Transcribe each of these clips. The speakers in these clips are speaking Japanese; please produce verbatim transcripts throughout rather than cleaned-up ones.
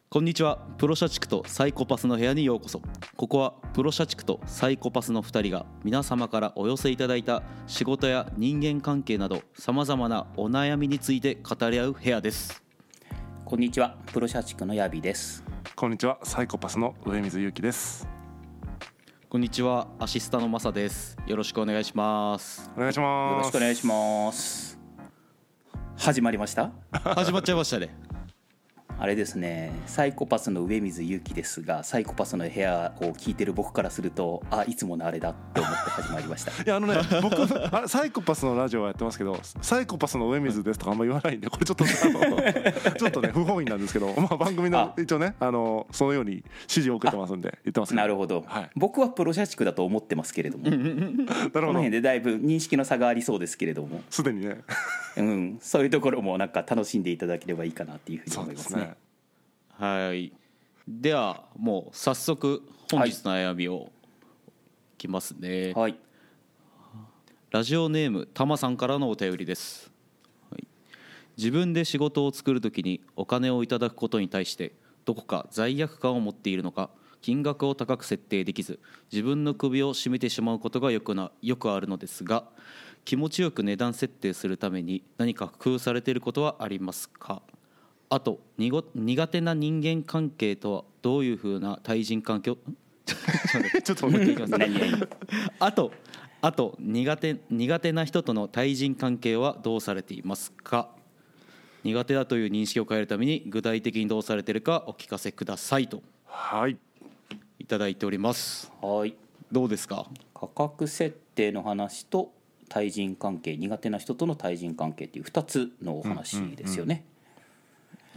こんにちは。プロ社畜とサイコパスの部屋にようこそ。ここはプロ社畜とサイコパスのふたりが皆様からお寄せいただいた仕事や人間関係などさまざまなお悩みについて語り合う部屋です。 こんにちは。プロ社畜のヤビです。 こんにちは。サイコパスの上水ゆきです。 こんにちは。アシスタのマサです。よろしくお願いします。 お願いします。 よろしくお願いします。始まりました。 始まっちゃいましたね。 あれですね、サイコパスの上水ゆきですが、サイコパスの部屋を聞いてる僕からすると、あ、いつものあれだって思って始まりました。 いやあのね、僕あサイコパスのラジオはやってますけど、サイコパスの上水ですとかあんま言わないんで、これちょっとあのちょっとね不本意なんですけど、まあ、番組の一応ねあのそのように指示を受けてますんで言ってますけど。 なるほど、はい、僕はプロ社畜だと思ってますけれどもこの辺でだいぶ認識の差がありそうですけれども、 すでにね、 うん、そういうところもなんか楽しんでいただければいいかなっていうふうに思いますね。そうですね。 はい。ではもう早速本日の悩みをいきますね。 はい。 ラジオネームたまさんからのお便りです。はい、自分で仕事を作るときにお金をいただくことに対してどこか罪悪感を持っているのか、金額を高く設定できず自分の首を絞めてしまうことがよくなよくあるのですが、気持ちよく値段設定するために何か工夫されていることはありますか？あと苦手な人間関係とはどういうふうな対人関係をちょっと待っていきますあとあと苦手苦手な人との対人関係はどうされていますか？苦手だという認識を変えるために具体的にどうされているかお聞かせくださいと、 はい、 いただいております。 はい。 どうですか？ 価格設定の話と対人関係、苦手な人との対人関係っていうふたつのお話ですよね。うんうんうん、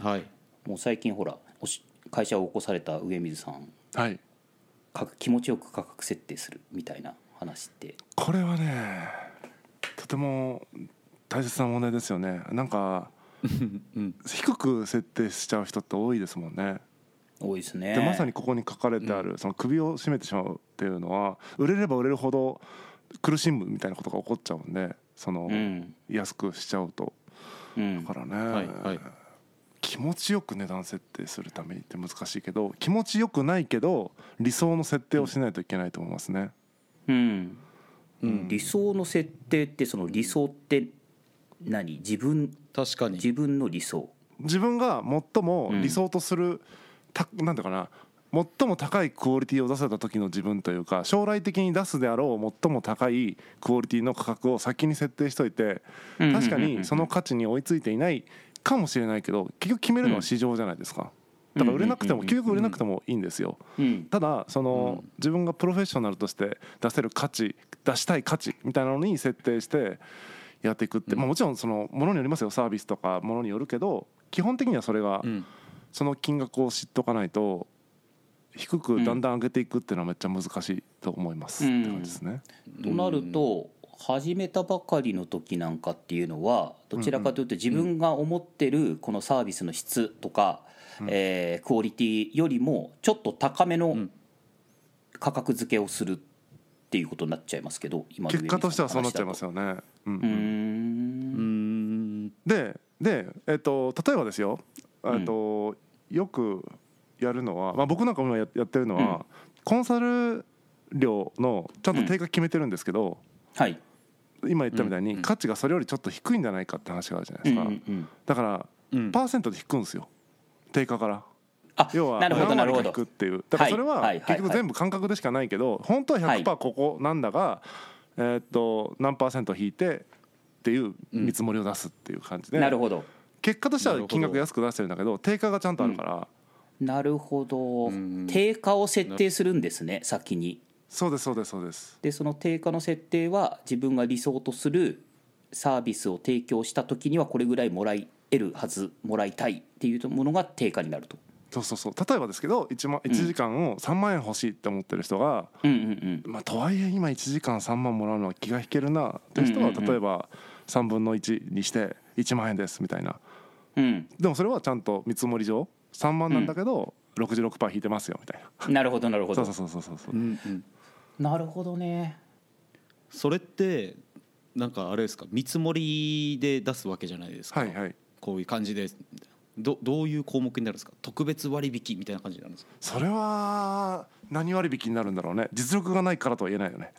はい、もう最近ほら会社を起こされた上水さん、 はい、 気持ちよく価格設定するみたいな話って、 これはねとても大切な問題ですよね。なんか、うん、低く設定しちゃう人って多いですもんね。 多いですね。 でまさにここに書かれてある、うん、その首を絞めてしまうっていうのは売れれば売れるほど苦しむみたいなことが起こっちゃうんで、その、うん、安くしちゃうと、うん、だからね、はいはい、気持ちよく値段設定するためにって難しいけど、気持ちよくないけど理想の設定をしないといけないと思いますね。 うんうん、理想の設定ってその理想って何？自分確かに自分の理想、 自分が最も理想とする、うん、たなんていうかな、最も高いクオリティを出せた時の自分というか、将来的に出すであろう最も高いクオリティの価格を先に設定しといて、確かにその価値に追いついていないかもしれないけど、結局決めるのは市場じゃないですか。だから売れなくても結局売れなくてもいいんですよ。ただその自分がプロフェッショナルとして出せる価値、出したい価値みたいなのに設定してやっていくって、まあもちろんそのものによりますよ。サービスとかものによるけど、基本的にはそれがその金額を知っとかないと低くだんだん上げていくっていうのはめっちゃ難しいと思います、うん、って感じですね。 となると始めたばかりの時なんかっていうのはどちらかというと自分が思ってるこのサービスの質とか、うんえー、クオリティよりもちょっと高めの価格付けをするっていうことになっちゃいますけど、今の結果としてはそうなっちゃいますよね。うんうん、うーんでで、えー、と例えばですよ、えーとうん、よくやるのは、まあ、僕なんか今やってるのは、うん、コンサル料のちゃんと定価決めてるんですけど、うんはい、今言ったみたいに価値がそれよりちょっと低いんじゃないかって話があるじゃないですか、うんうんうん、だからパーセントで引くんですよ、定価から。 あ、 要は何割か引くっていう。だからそれは結局全部感覚でしかないけど、本当は ひゃくパーセント ここなんだが、えー、っと何パーセント引いてっていう見積もりを出すっていう感じで、 なるほど。 結果としては金額安く出してるんだけど定価がちゃんとあるから、 うん、なるほど。定価を設定するんですね、先に。 そうですそうですそうです。 でその定価の設定は自分が理想とするサービスを提供した時にはこれぐらいもらえるはず、もらいたいっていうものが定価になると。 そうそうそう。例えばですけど 1, 万いちじかんをさんまんえん欲しいって思ってる人が、うんうんうん、まあ、とはいえ今いちじかんさんまんもらうのは気が引けるなっていう人は、例えばさんぶんのいちにしていちまんえんですみたいな、うん、でもそれはちゃんと見積もり上さんまんなんだけど、うん、ろくじゅうろくパーセント 引いてますよみたいな。 なるほどなるほど。 そうそうそうそうそう、 うんうん、なるほどね。 それってなんかあれですか、見積もりで出すわけじゃないですか、 はいはい、 こういう感じでど, どういう項目になるんですか？特別割引みたいな感じになるんですか？ それは何割引になるんだろうね。実力がないからとは言えないよね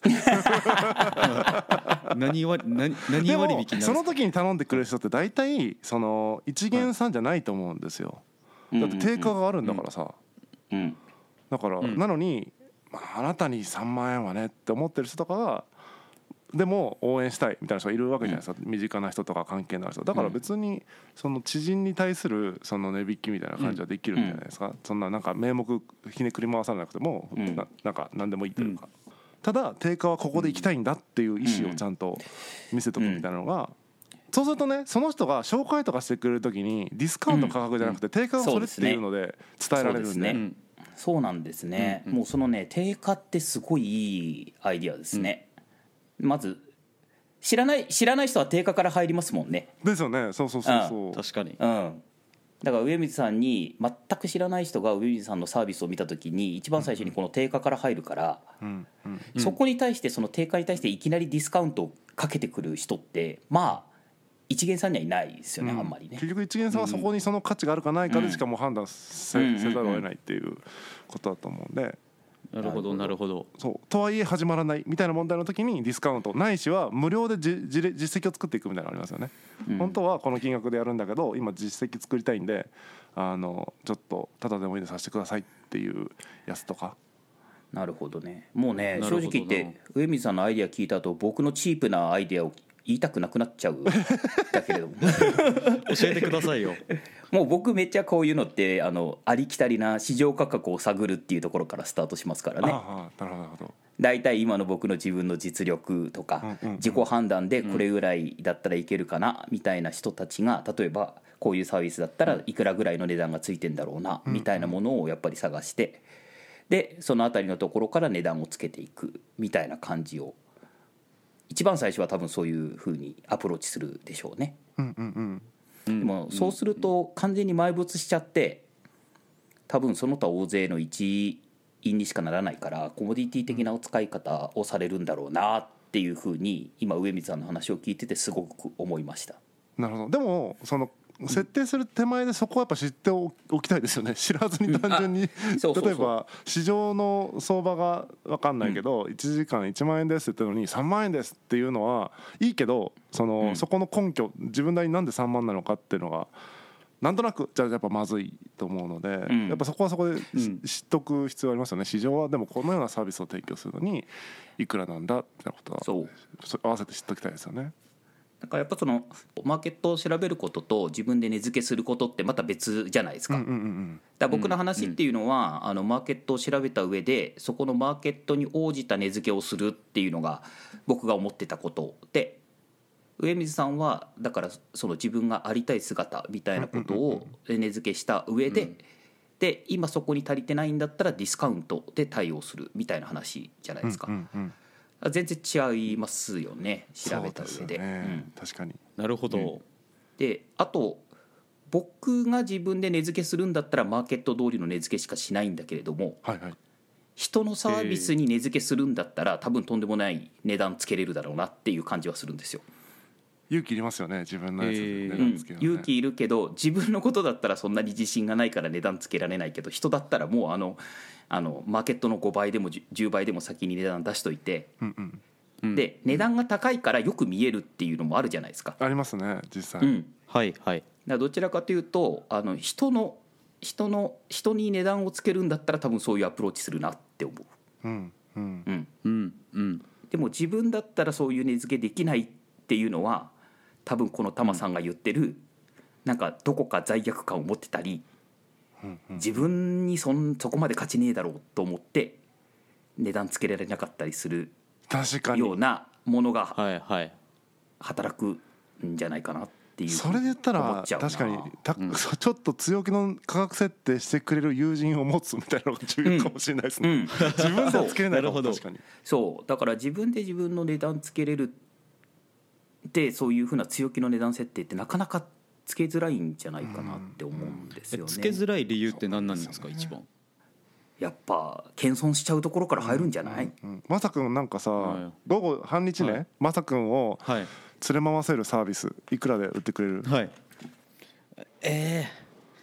何割何何割引になるんですか？ でもその時に頼んでくれる人って大体その一元さんじゃないと思うんですよ、はい、だって定価があるんだからさ、 うんうん、 だから、うん、なのに、まあ、あなたにさんまんえんはねって思ってる人とかがでも応援したいみたいな人がいるわけじゃないですか、うん、身近な人とか関係のある人だから別にその知人に対するその値引きみたいな感じはできるんじゃないですか、うん、そんななんか名目ひねくり回さなくても、うん、な, なんか何でもいいというか、うん、ただ定価はここで行きたいんだっていう意思をちゃんと見せとくみたいなのが、そうするとねその人が紹介とかしてくれる時にディスカウント価格じゃなくて定価がそれっていうので伝えられるんで、 そうなんですね、うんうん、もうそのね定価ってすごいいいアイディアですね、うん、まず知らない知らない人は定価から入りますもんね。 ですよね。そうそうそうそう、 うん、確かに、 うん、だから上水さんに全く知らない人が上水さんのサービスを見た時に一番最初にこの定価から入るから、うんうんうん、そこに対してその定価に対していきなりディスカウントをかけてくる人ってまあ一元さんにはいないですよね、うん、あんまりね。 結局一元さんはそこにその価値があるかないかでしかもう判断 せ,、うん、せざるを得ないっていうことだと思うんで。 なるほどなるほど。 そうとはいえ始まらないみたいな問題の時にディスカウントないしは無料でじじ実績を作っていくみたいなのありますよね、うん、本当はこの金額でやるんだけど今実績作りたいんであのちょっとただでもいいのさせてくださいっていうやつとか。 なるほどね。もうね正直言って上水さんのアイデア聞いた後僕のチープなアイデアを言いたくなくなっちゃうだけれども教えてくださいよ。 もう僕めっちゃこういうのってあのありきたりな市場価格を探るっていうところからスタートしますからね。 ああなるほど。 だいたい今の僕の自分の実力とか、うんうんうん、自己判断でこれぐらいだったらいけるかなみたいな人たちが例えばこういうサービスだったらいくらぐらいの値段がついてんだろうなみたいなものをやっぱり探してでそのあたりのところから値段をつけていくみたいな感じを一番最初は多分そういう風にアプローチするでしょうね、うんうんうん、でもそうすると完全に埋没しちゃって多分その他大勢の一員にしかならないからコモディティ的な扱い方をされるんだろうなっていう風に今上水さんの話を聞いててすごく思いました。 なるほど。でもその設定する手前でそこはやっぱ知っておきたいですよね。知らずに単純に、うん、そうそうそう例えば市場の相場が分かんないけど、うん、いちじかんいちまんえんですって言ったのにさんまんえんですっていうのはいいけど その、うん、そこの根拠自分なりになんでさんまんなのかっていうのがなんとなくじゃあやっぱまずいと思うので、うん、やっぱそこはそこで、うん、知っとく必要ありますよね。市場はでもこのようなサービスを提供するのにいくらなんだってことはそう合わせて知っときたいですよね。 だからやっぱそのマーケットを調べることと自分で値付けすることってまた別じゃないですか。だから僕の話っていうのはあのマーケットを調べた上でそこのマーケットに応じた値付けをするっていうのが僕が思ってたことで上水さんはだからその自分がありたい姿みたいなことを値付けした上でで今そこに足りてないんだったらディスカウントで対応するみたいな話じゃないですか。全然違いますよね調べた上で。 そうですよね、うん、確かに。 なるほど、うん、 であと僕が自分で値付けするんだったらマーケット通りの値付けしかしないんだけれども、はいはい、人のサービスに値付けするんだったら多分とんでもない値段つけれるだろうなっていう感じはするんですよ。 勇気いりますよね自分のやつで値段つけるのね、うん、勇気いるけど自分のことだったらそんなに自信がないから値段つけられないけど人だったらもうあのあのマーケットのごばいでもじゅうばいでも先に値段出しといて、うんうん、で値段が高いからよく見えるっていうのもあるじゃないですか。 ありますね実際、 うん、 はいはい。だからどちらかというとあの人の人の人に値段をつけるんだったら多分そういうアプローチするなって思う、うんうんうんうんうん、でも自分だったらそういう値付けできないっていうのは多分このタマさんが言ってるなんかどこか罪悪感を持ってたり自分に そ, んそこまで価値ねえだろうと思って値段つけられなかったりするようなものが働くんじゃないかなっていう。 それで言ったら確かにた、うん、ちょっと強気の価格設定してくれる友人を持つみたいなのが重要かもしれないですね、うんうん、自分ではつけれないかも。確かにそうだから自分で自分の値段つけれるってそういうふうな強気の値段設定ってなかなかつけづらいんじゃないかなって思うんですよね。 つけづらい理由って何なんですか、ね、一番。 やっぱ謙遜しちゃうところから入るんじゃない？うんうんうん、 まさくんなんかさ、はい、午後半日ね、はい、まさくんを連れ回せるサービスいくらで売ってくれる？はい、 え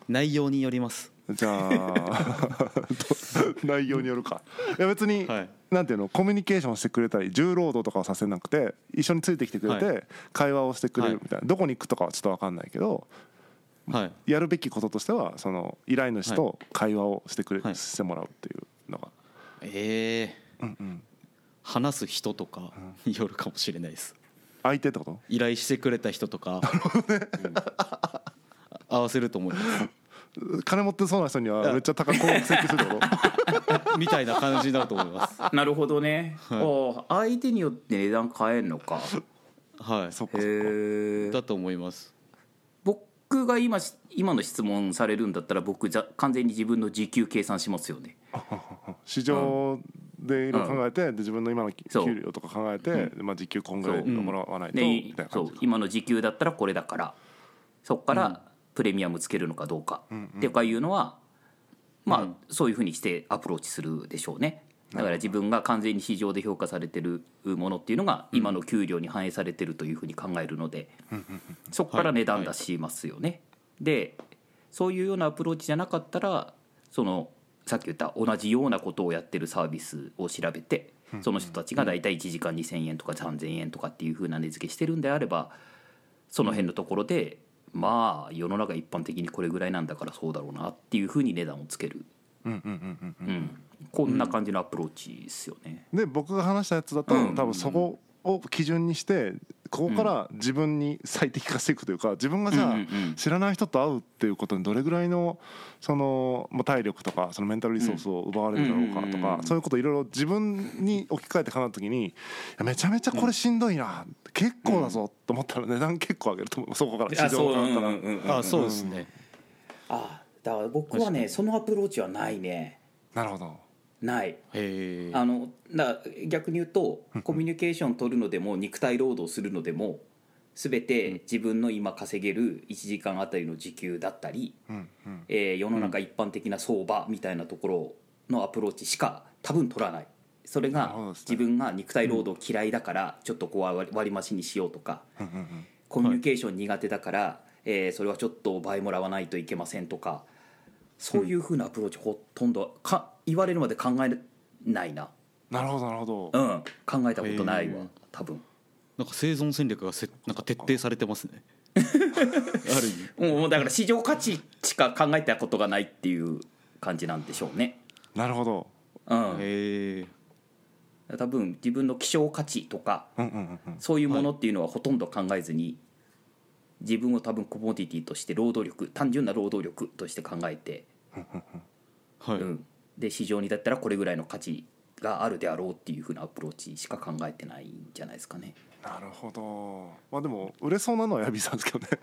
内容によります。 じゃあ内容によるか。いや別に、 はい、 なんていうの、コミュニケーションしてくれたり重労働とかをさせなくて一緒についてきてくれて、はい、会話をしてくれるみたいな、はい、どこに行くとかはちょっと分かんないけど、はい、やるべきこととしてはその依頼主と会話をしてくれ、はい、してもらうっていうのが、 ええーうんうん、 話す人とかによるかもしれないです。 相手ってこと？ 依頼してくれた人とかなるほどね、 うん、合わせると思います。 金持ってそうな人にはめっちゃ高く請求するってことみたいな感じになると思います。 なるほどね、はい、相手によって値段変えるのか。 はい、 そっかそっかだと思います。 僕が 今, 今の質問されるんだったら僕じゃ完全に自分の時給計算しますよね。 市場でいろいろ考えて、うん、で自分の今の給料とか考えて、うん、まあ、時給こんぐらいもらわないと、うん、みたいな感じ。 そう、今の時給だったらこれだからそっからプレミアムつけるのかどうか、うん、っていうかいうのは、まあ、うん、そういうふうにしてアプローチするでしょうね。だから自分が完全に市場で評価されてるものっていうのが今の給料に反映されてるというふうに考えるので、うん、そこから値段出しますよね、はいはい、でそういうようなアプローチじゃなかったらそのさっき言った同じようなことをやってるサービスを調べてその人たちがだいたいいちじかんにせんえんとかさんぜんえんとかっていうふうな値付けしてるんであればその辺のところでまあ世の中一般的にこれぐらいなんだからそうだろうなっていうふうに値段をつける、こんな感じのアプローチですよね。 で僕が話したやつだと、うん、多分そこを基準にしてここから自分に最適化していくというか、自分がじゃあ知らない人と会うっていうことにどれぐらいのその体力とかそのメンタルリソースを奪われるだろうかとか、そういうことをいろいろ自分に置き換えて考えた時にめちゃめちゃこれしんどいな、結構だぞと思ったら値段結構上げると思う。そこから市場だったら。 あ、そうですね。 あ、だから僕はねそのアプローチはないね。 なるほど。 ない。 へあのだ逆に言うとコミュニケーション取るのでも肉体労働するのでも全て自分の今稼げるいちじかんあたりの時給だったり、うんうん、えー、世の中一般的な相場みたいなところのアプローチしか多分取らない。それが自分が肉体労働嫌いだからちょっとこう割り増しにしようとか、うんうんうん、コミュニケーション苦手だから、えー、それはちょっと倍もらわないといけませんとか、そういう風なアプローチほとんどか言われるまで考えないな。 なるほどなるほど、 うん、考えたことないわ多分。 なんか生存戦略がせなんか徹底されてますねある意味もうだから市場価値しか考えたことがないっていう感じなんでしょうね。 なるほど、 うん、へえ。多分自分の希少価値とか、うんうんうんうん、そういうものっていうのはほとんど考えずに、はい、自分を多分コモディティとして労働力単純な労働力として考えて、はい、うん、で市場にだったらこれぐらいの価値があるであろうっていう風なアプローチしか考えてないんじゃないですかね。 なるほど。まあでも売れそうなのはヤビさんですけどね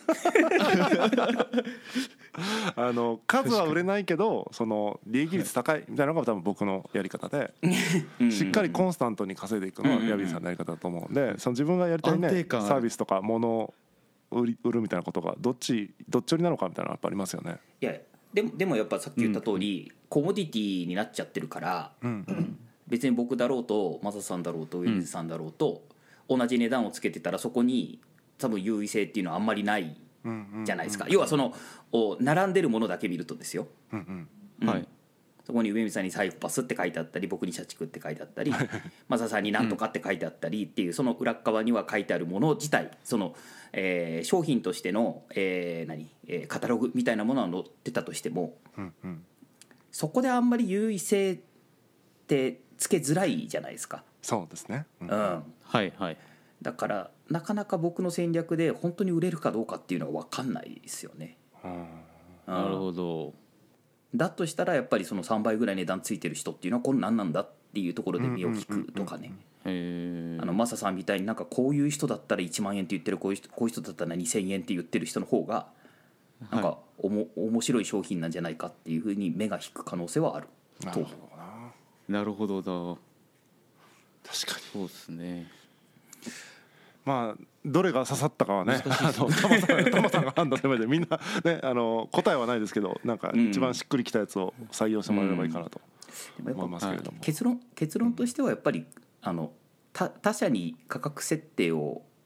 あの数は売れないけどその利益率高いみたいなのが多分僕のやり方でしっかりコンスタントに稼いでいくのはヤビさんのやり方だと思うんで、その自分がやりたいねサービスとか物を売り売るみたいなことがどっちどっち寄りなのかみたいなのやっぱありますよね。 いやでもでもやっぱさっき言った通り、うん、コモディティになっちゃってるから、うんうん、別に僕だろうとマサさんだろうとウィルズさんだろうと、うん、同じ値段をつけてたらそこに多分優位性っていうのはあんまりないじゃないですか、うんうんうん、要はその並んでるものだけ見るとですよ、うんうん、はい、そこに上水さんにサイコパスって書いてあったり僕に社畜って書いてあったりマサさんになんとかって書いてあったりっていうその裏側には書いてあるもの自体その、えー、商品としての、えー何えー、カタログみたいなものは載ってたとしても、うんうん、そこであんまり優位性ってつけづらいじゃないですか。 そうですね、 うんうん、 はいはい。 だからなかなか僕の戦略で本当に売れるかどうかっていうのは分かんないですよね、 うん、なるほど。 だとしたらやっぱりそのさんばいぐらい値段ついてる人っていうのはこれ何なんだっていうところで目を引くとかね、あのマサさんみたいになんかこういう人だったらいちまんえんって言ってるこういう人、こういう人だったらにせんえんって言ってる人の方がなんかおも、はい、面白い商品なんじゃないかっていうふうに目が引く可能性はあると。 なるほどな。 確かにそうですね。 まあどれが刺さったかはね、あのタマさん、タマさんが判断するまでみんなね、あの答えはないですけど、なんか一番しっくりきたやつを採用してもらえればいいかなと思いますけれども、 結論結論としてはやっぱりあの他他社に価格設定を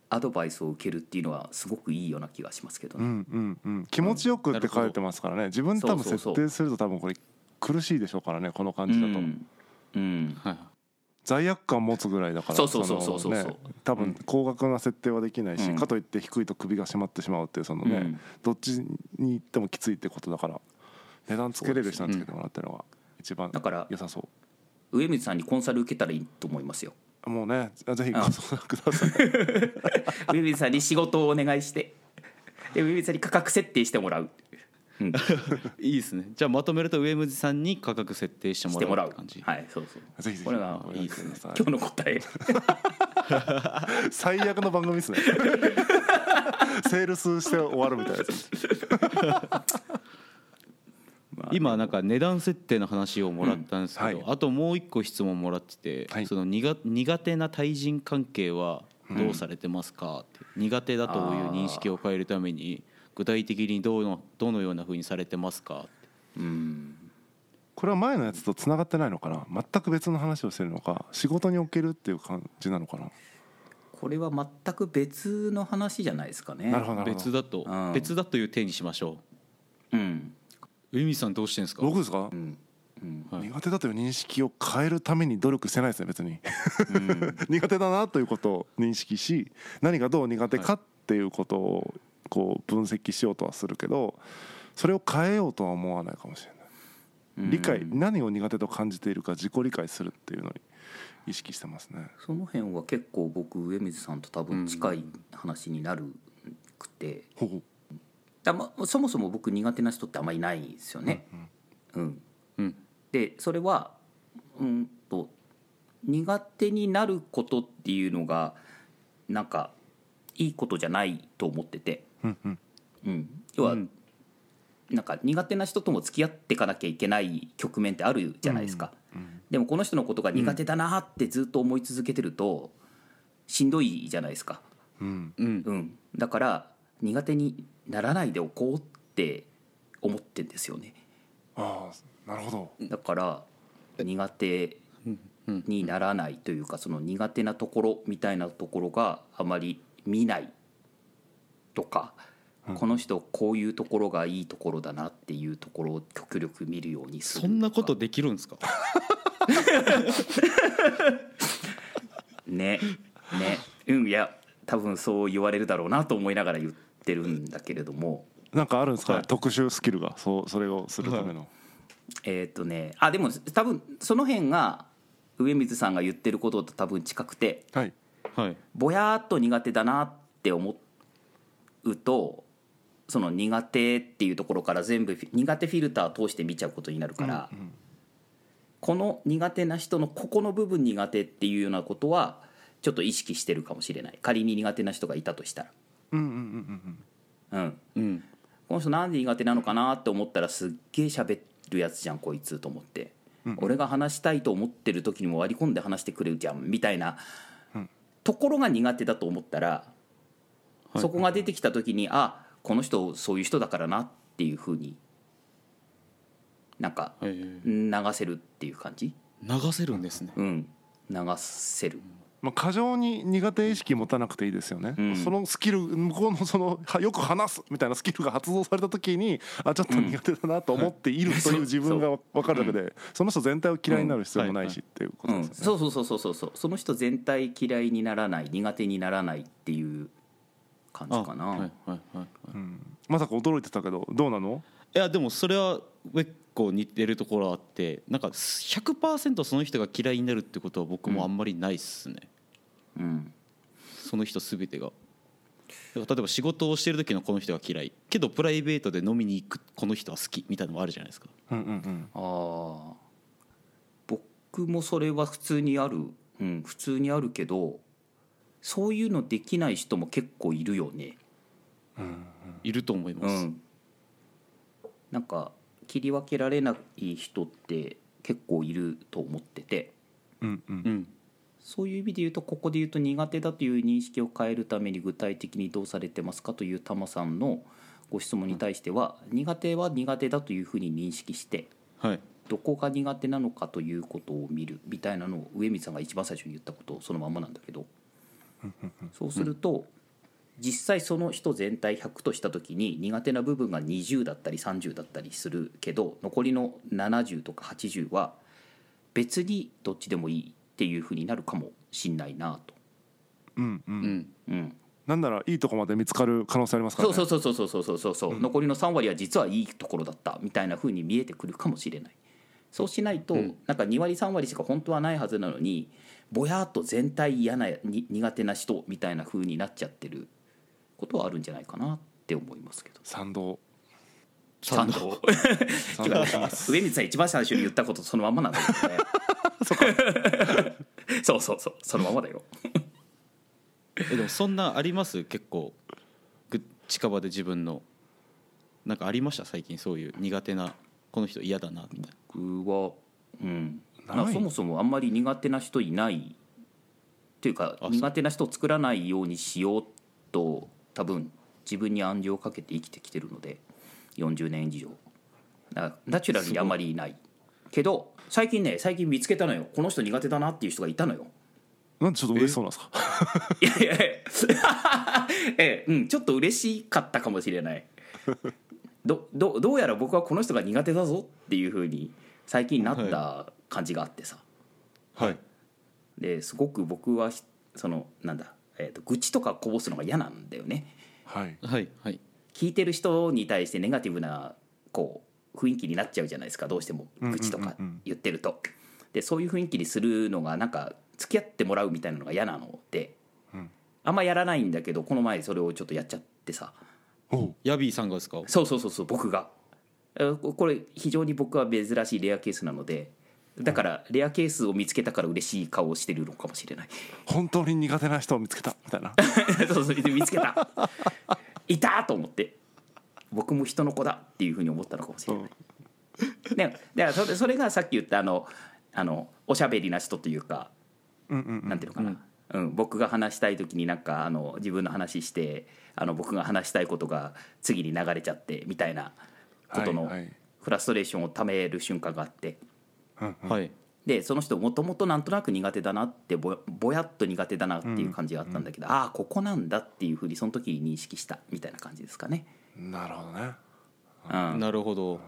アドバイスを受けるっていうのはすごくいいような気がしますけどね、 うんうんうん、気持ちよくって書いてますからね、自分で多分設定すると多分これ苦しいでしょうからね、この感じだと、 うんうん、 はい、 罪悪感持つぐらいだから、 そうそうそうそうそう、 ね、多分高額な設定はできないし、 うん、 かといって低いと首が締まってしまうっていうそのね、うん、どっちに行ってもきついってことだから、値段つけれる人につけてもらってるのが一番良さそう。 上水さんにコンサル受けたらいいと思いますよ。 もうね、ぜひご相談ください。 上水さんに仕事をお願いして、で上水さんに価格設定してもらう、うん、 いいですね。じゃあまとめると上水さんに価格設定してもらう感じ。 はい、そうそう、 ぜひぜひこれがいいですね。 今日の答え最悪の番組ですね。セールスして終わるみたいなやつ。 今なんか値段設定の話をもらったんですけど、うん、はい、あともう一個質問もらってて、はい、その苦手な対人関係はどうされてますかって、うん、苦手だという認識を変えるために具体的にどの、どのような風にされてますかって。 うん、 これは前のやつとつながってないのかな、全く別の話をしてるのか、仕事におけるっていう感じなのかな。 これは全く別の話じゃないですかね。 なるほど、 別だと、うん、別だという体にしましょう。うん、 上水さんどうしてんですか。 僕ですか、 うんうんはい、苦手だという認識を変えるために努力してないですね別に、うん、苦手だなということを認識し、何がどう苦手かっていうことをこう分析しようとはするけど、それを変えようとは思わないかもしれない。理解、何を苦手と感じているか自己理解するっていうのに意識してますね。 その辺は結構僕上水さんと多分近い話になるくて、 うん、ほうだまそもそも僕苦手な人ってあんまりいないんですよね。うん、うんうん、でそれは、うんと苦手になることっていうのがなんかいいことじゃないと思ってて、 うんうんうん、要は、うん、なんか苦手な人とも付き合っていかなきゃいけない局面ってあるじゃないですか、うんうん、でもこの人のことが苦手だなってずっと思い続けてるとしんどいじゃないですか、 うんうんうん、だから苦手にならないでおこうって思ってんですよね。 ああ、なるほど。 だから苦手にならないというか、その苦手なところみたいなところがあまり見ないとか、うん、この人こういうところがいいところだなっていうところを極力見るようにする。 そんなことできるんですか。 ねね、うん、いや多分そう言われるだろうなと思いながら言ってるんだけれども、 なんかあるんですか、 はい、 特殊スキルが そ, それをするための、はい、 えっとねあでも多分その辺が上水さんが言ってることと多分近くて、 はいはい、 ぼやっと苦手だなって思うと、その苦手っていうところから全部苦手フィルターを通して見ちゃうことになるから、うんうん、この苦手な人のここの部分苦手っていうようなことはちょっと意識してるかもしれない。仮に苦手な人がいたとしたら、 うんうんうんうんうんうん、この人なんで苦手なのかなって思ったらすっげえ喋るやつじゃんこいつと思って、うんうん、俺が話したいと思ってる時にも割り込んで話してくれるじゃんみたいなところが苦手だと思ったら、はい、そこが出てきた時にあこの人そういう人だからなっていう風になんか流せるっていう感じ。 流せるんですね。 うん流せる。 まあ、過剰に苦手意識持たなくていいですよね、うん、そのスキル向こうのそのよく話すみたいなスキルが発動された時にあちょっと苦手だなと思っているという自分が分かるだけで、その人全体を嫌いになる必要もないしっていうことですよね。 そうそうそうそうそうそうその人全体嫌いにならない苦手にならないっていう感じかな。はいはいはいはい、うん、まさか驚いてたけどどうなの。 いやでもそれは結構似てるところあって、なんか ひゃくパーセント その人が嫌いになるってことは僕もあんまりないっすね、 うん、 その人全てが。例えば仕事をしてる時のこの人が嫌いけどプライベートで飲みに行くこの人は好きみたいなのもあるじゃないですか、 うんうんうん、 あ僕もそれは普通にある、うん、普通にあるけどそういうのできない人も結構いるよね、 うんうん、 いると思います、うん、 なんか切り分けられない人って結構いると思ってて、 うんうんうん、 そういう意味で言うとここで言うと苦手だという認識を変えるために具体的にどうされてますかという玉さんのご質問に対しては、うん、苦手は苦手だというふうに認識して、 はい、 どこが苦手なのかということを見るみたいなのを上水さんが一番最初に言ったことそのままなんだけど、そうすると実際その人全体ひゃくとした時に苦手な部分がにじゅうだったりさんじゅうだったりするけど、残りのななじゅうとかはちじゅうは別にどっちでもいいっていう風になるかもしんないなと。 うんううんんうん、 なんならいいとこまで見つかる可能性ありますからね。 そうそうそうそうそうそうそうそう、残りのさん割は実はいいところだったみたいな風に見えてくるかもしれない。そうしないと、 うんなんかに割さん割しか本当はないはずなのに、ぼやっと全体嫌なに苦手な人みたいな風になっちゃってることはあるんじゃないかなって思いますけど。 賛同賛同賛同します上水さん一番最初に言ったことそのままなんだけどねそうそうそうそのままだよえでもそんなあります？結構ぐ近場で自分のなんかありました？最近そういう苦手なこの人嫌だなみたいな。 僕はうんないまあそもそもあんまり苦手な人いないっていうか、 あそう苦手な人を作らないようにしようと多分自分に暗示をかけて生きてきてるのでよんじゅうねん以上だからナチュラルにあんまりいないけど、最近ね最近見つけたのよ。この人苦手だなっていう人がいたのよ。 なんでちょっと嬉しそうなんですか。 いやいやいやええ、うん、ちょっと嬉しかったかもしれないど, ど, どうやら僕はこの人が苦手だぞっていう風に最近なった感じがあってさ、 はいですごく僕はそのなんだ、えーと愚痴とかこぼすのが嫌なんだよね。 はいはいはい聞いてる人に対してネガティブなこう雰囲気になっちゃうじゃないですか、どうしてもうんうんうんうん愚痴とか言ってると。でそういう雰囲気にするのがなんか付き合ってもらうみたいなのが嫌なので、 うんあんまやらないんだけど、この前それをちょっとやっちゃってさ。 おうヤビーさんがですか？ そうそうそうそう僕がえこれ非常に僕は珍しいレアケースなので、だからレアケースを見つけたから嬉しい顔をしてるのかもしれない本当に苦手な人を見つけたみたいなそうそう見つけたいたと思って、僕も人の子だっていうふうに思ったのかもしれない、うん、ね、だからそれ、それがさっき言ったあのあのおしゃべりな人というか、 うんうんうんなんていうのかな、うん、僕が話したい時になんかあの自分の話してあの僕が話したいことが次に流れちゃってみたいなことのはいはいフラストレーションをためる瞬間があって、 うんうんはいでその人もともとなんとなく苦手だなってぼぼやっと苦手だなっていう感じがあったんだけど、ああここなんだっていうふうにその時に認識したみたいな感じですかね。 なるほどね。 うんなるほど。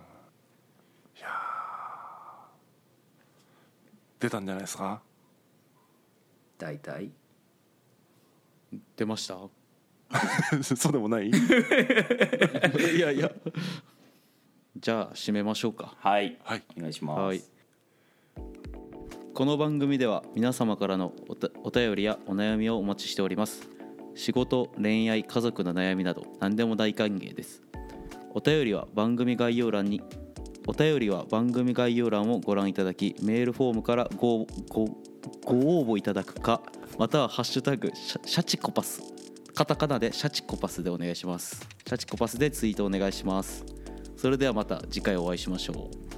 出たんじゃないですか。 大体出ましたそうでもないいやいやじゃあ締めましょうか。 はい、 はいお願いします。 はい、この番組では皆様からのおたお便りやお悩みをお待ちしております。仕事、恋愛、家族の悩みなど何でも大歓迎です。お便りは番組概要欄にお便りは番組概要欄をご覧いただき、メールフォームからごごご応募いただくか、またはハッシュタグシャシャチコパス、カタカナでシャチコパスでお願いします。シャチコパスでツイートお願いします。それではまた次回お会いしましょう。